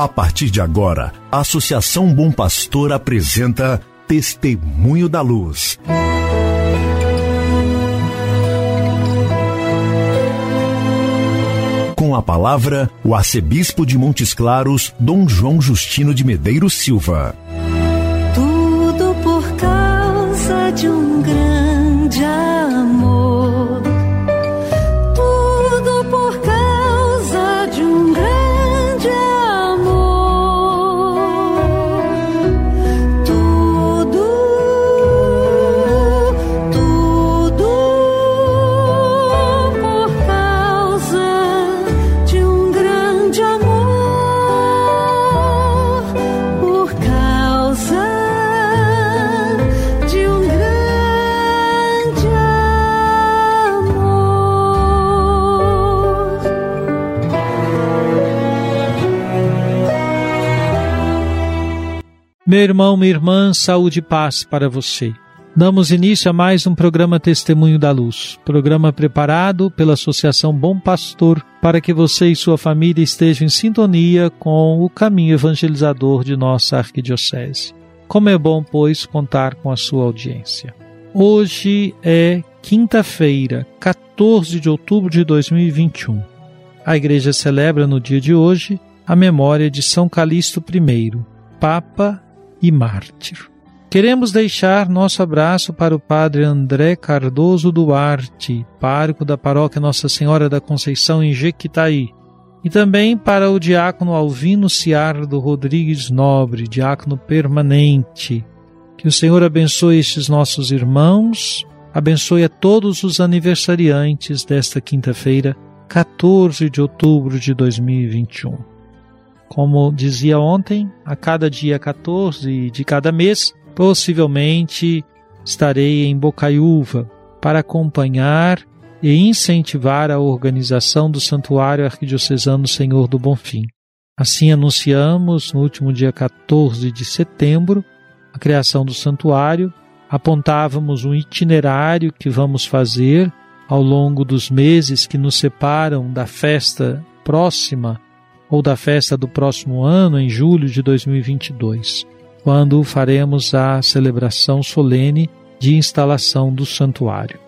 A partir de agora, a Associação Bom Pastor apresenta Testemunho da Luz. Com a palavra, o arcebispo de Montes Claros, Dom João Justino de Medeiros Silva. Tudo por causa de um grande amor. Tudo por causa de um grande amor. Tudo por causa de um grande amor. Por causa de um grande amor. Meu irmão, minha irmã, saúde e paz para você. Damos início a mais um programa Testemunho da Luz, programa preparado pela Associação Bom Pastor para que você e sua família estejam em sintonia com o caminho evangelizador de nossa arquidiocese. Como é bom, pois, contar com a sua audiência. Hoje é quinta-feira, 14 de outubro de 2021. A Igreja celebra no dia de hoje a memória de São Calixto I, Papa e Mártir. Queremos deixar nosso abraço para o Padre André Cardoso Duarte, pároco da paróquia Nossa Senhora da Conceição em Jequitaí, e também para o diácono Alvino Ciardo Rodrigues Nobre, diácono permanente. Que o Senhor abençoe estes nossos irmãos, abençoe a todos os aniversariantes desta quinta-feira, 14 de outubro de 2021. Como dizia ontem, a cada dia 14 de cada mês, possivelmente estarei em Bocaiúva para acompanhar e incentivar a organização do Santuário Arquidiocesano Senhor do Bonfim. Assim anunciamos no último dia 14 de setembro a criação do santuário, apontávamos um itinerário que vamos fazer ao longo dos meses que nos separam da festa próxima ou da festa do próximo ano, em julho de 2022, quando faremos a celebração solene de instalação do santuário.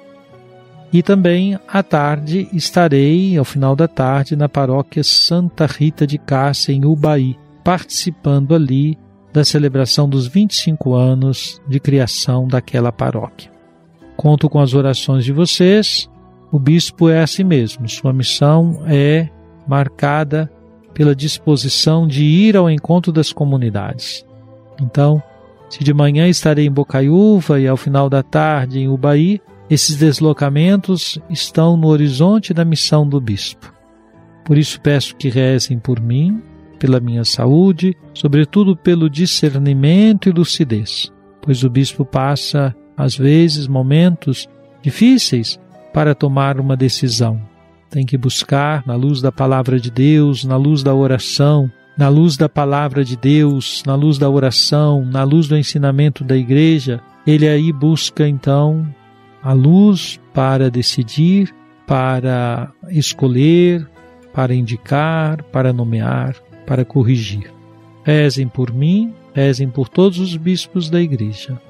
E também, à tarde, estarei, ao final da tarde, na paróquia Santa Rita de Cássia, em Ubaí, participando ali da celebração dos 25 anos de criação daquela paróquia. Conto com as orações de vocês. O bispo é assim mesmo, sua missão é marcada pela disposição de ir ao encontro das comunidades. Então, se de manhã estarei em Bocaiúva e ao final da tarde em Ubaí, esses deslocamentos estão no horizonte da missão do bispo. Por isso peço que rezem por mim, pela minha saúde, sobretudo pelo discernimento e lucidez, pois o bispo passa, às vezes, momentos difíceis para tomar uma decisão. Tem que buscar, na luz da palavra de Deus, na luz da oração, na luz da palavra de Deus, na luz da oração, na luz do ensinamento da Igreja, ele aí busca então a luz para decidir, para escolher, para indicar, para nomear, para corrigir. Rezem por mim, rezem por todos os bispos da Igreja.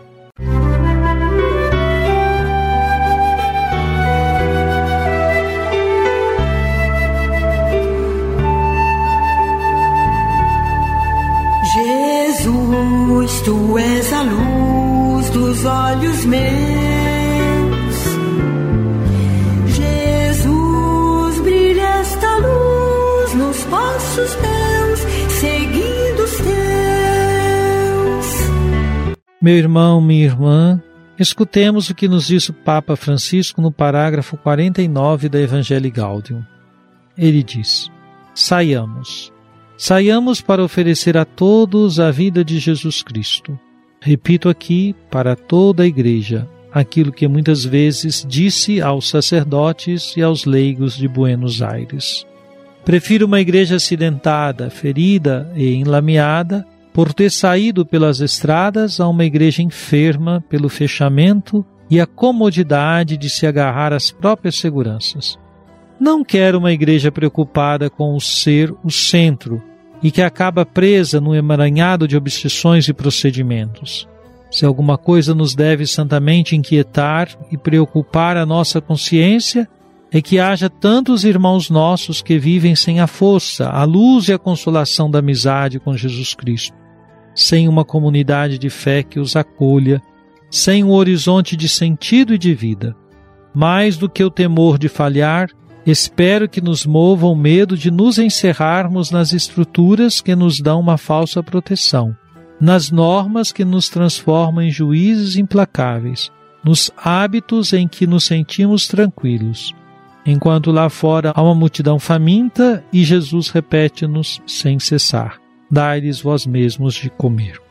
Jesus, tu és a luz dos olhos meus. Jesus, brilha esta luz nos passos teus, seguindo os teus. Meu irmão, minha irmã, escutemos o que nos disse o Papa Francisco no parágrafo 49 da Evangelii Gaudium. Ele diz: saiamos para oferecer a todos a vida de Jesus Cristo. Repito aqui para toda a Igreja aquilo que muitas vezes disse aos sacerdotes e aos leigos de Buenos Aires. Prefiro uma igreja acidentada, ferida e enlameada por ter saído pelas estradas a uma igreja enferma pelo fechamento e a comodidade de se agarrar às próprias seguranças. Não quero uma igreja preocupada com o ser o centro, e que acaba presa num emaranhado de obsessões e procedimentos. Se alguma coisa nos deve santamente inquietar e preocupar a nossa consciência, é que haja tantos irmãos nossos que vivem sem a força, a luz e a consolação da amizade com Jesus Cristo, sem uma comunidade de fé que os acolha, sem um horizonte de sentido e de vida. Mais do que o temor de falhar, espero que nos mova o medo de nos encerrarmos nas estruturas que nos dão uma falsa proteção, nas normas que nos transformam em juízes implacáveis, nos hábitos em que nos sentimos tranquilos, enquanto lá fora há uma multidão faminta e Jesus repete-nos sem cessar: dai-lhes vós mesmos de comer.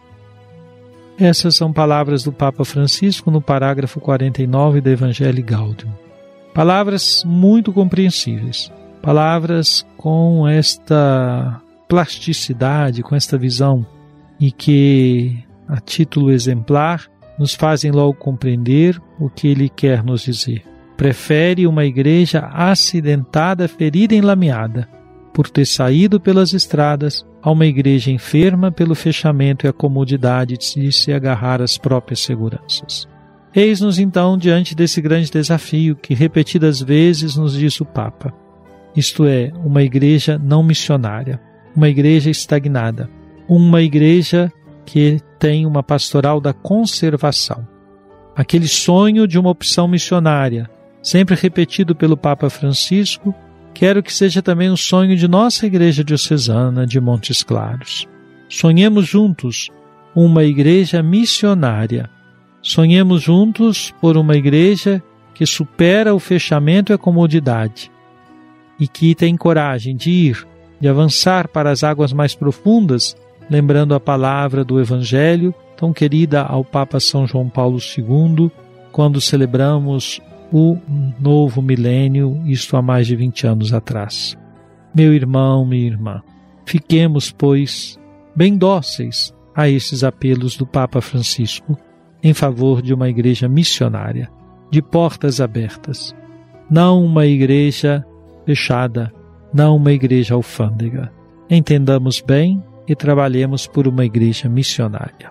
Essas são palavras do Papa Francisco no parágrafo 49 do Evangelii Gaudium. Palavras muito compreensíveis, palavras com esta plasticidade, com esta visão, e que, a título exemplar, nos fazem logo compreender o que ele quer nos dizer. Prefere uma igreja acidentada, ferida e enlameada, por ter saído pelas estradas, a uma igreja enferma pelo fechamento e a comodidade de se agarrar às próprias seguranças. Eis-nos então diante desse grande desafio que repetidas vezes nos diz o Papa, isto é, uma igreja não missionária, uma igreja estagnada, uma igreja que tem uma pastoral da conservação. Aquele sonho de uma opção missionária, sempre repetido pelo Papa Francisco, quero que seja também o sonho de nossa igreja diocesana de Montes Claros. Sonhemos juntos uma igreja missionária. Sonhemos juntos por uma igreja que supera o fechamento e a comodidade e que tem coragem de ir, de avançar para as águas mais profundas, lembrando a palavra do Evangelho, tão querida ao Papa São João Paulo II, quando celebramos o novo milênio, isto há mais de 20 anos atrás. Meu irmão, minha irmã, fiquemos, pois, bem dóceis a esses apelos do Papa Francisco em favor de uma igreja missionária, de portas abertas, não uma igreja fechada, não uma igreja alfândega. Entendamos bem e trabalhemos por uma igreja missionária.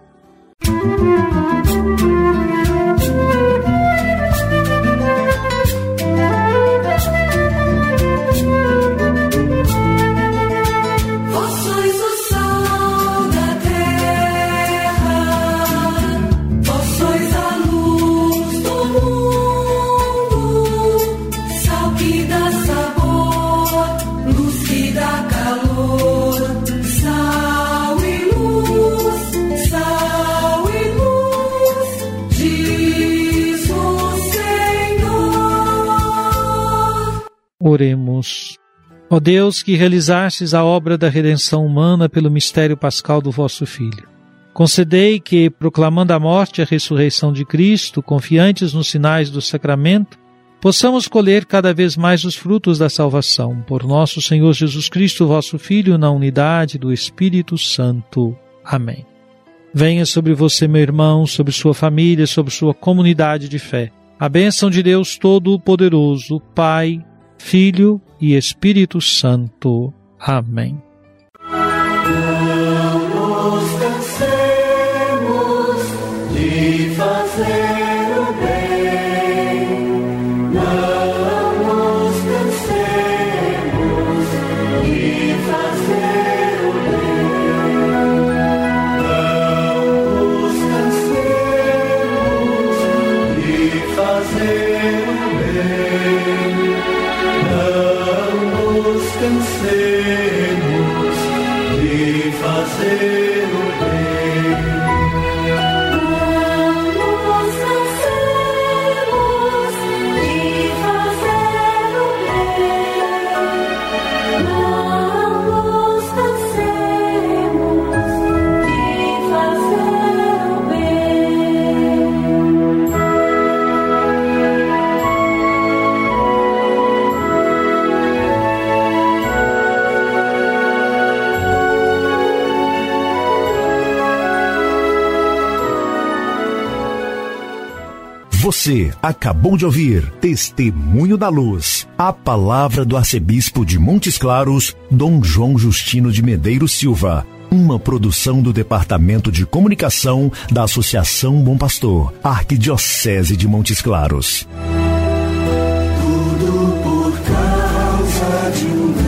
Oremos. Ó Deus, que realizastes a obra da redenção humana pelo mistério pascal do vosso Filho, concedei que, proclamando a morte e a ressurreição de Cristo, confiantes nos sinais do sacramento, possamos colher cada vez mais os frutos da salvação. Por nosso Senhor Jesus Cristo, vosso Filho, na unidade do Espírito Santo. Amém. Venha sobre você, meu irmão, sobre sua família, sobre sua comunidade de fé, a bênção de Deus Todo-Poderoso, Pai, Filho e Espírito Santo. Amém. Não nos cansemos de fazer o bem, não nos cansemos de fazer o bem, não nos cansemos de fazer o bem. Não nos cansemos de fazer o bem. Não nos cansemos de fazer o bem. Não nos cansemos de fazer o bem. Você acabou de ouvir Testemunho da Luz, a palavra do arcebispo de Montes Claros, Dom João Justino de Medeiros Silva. Uma produção do Departamento de Comunicação da Associação Bom Pastor, Arquidiocese de Montes Claros. Tudo por causa de um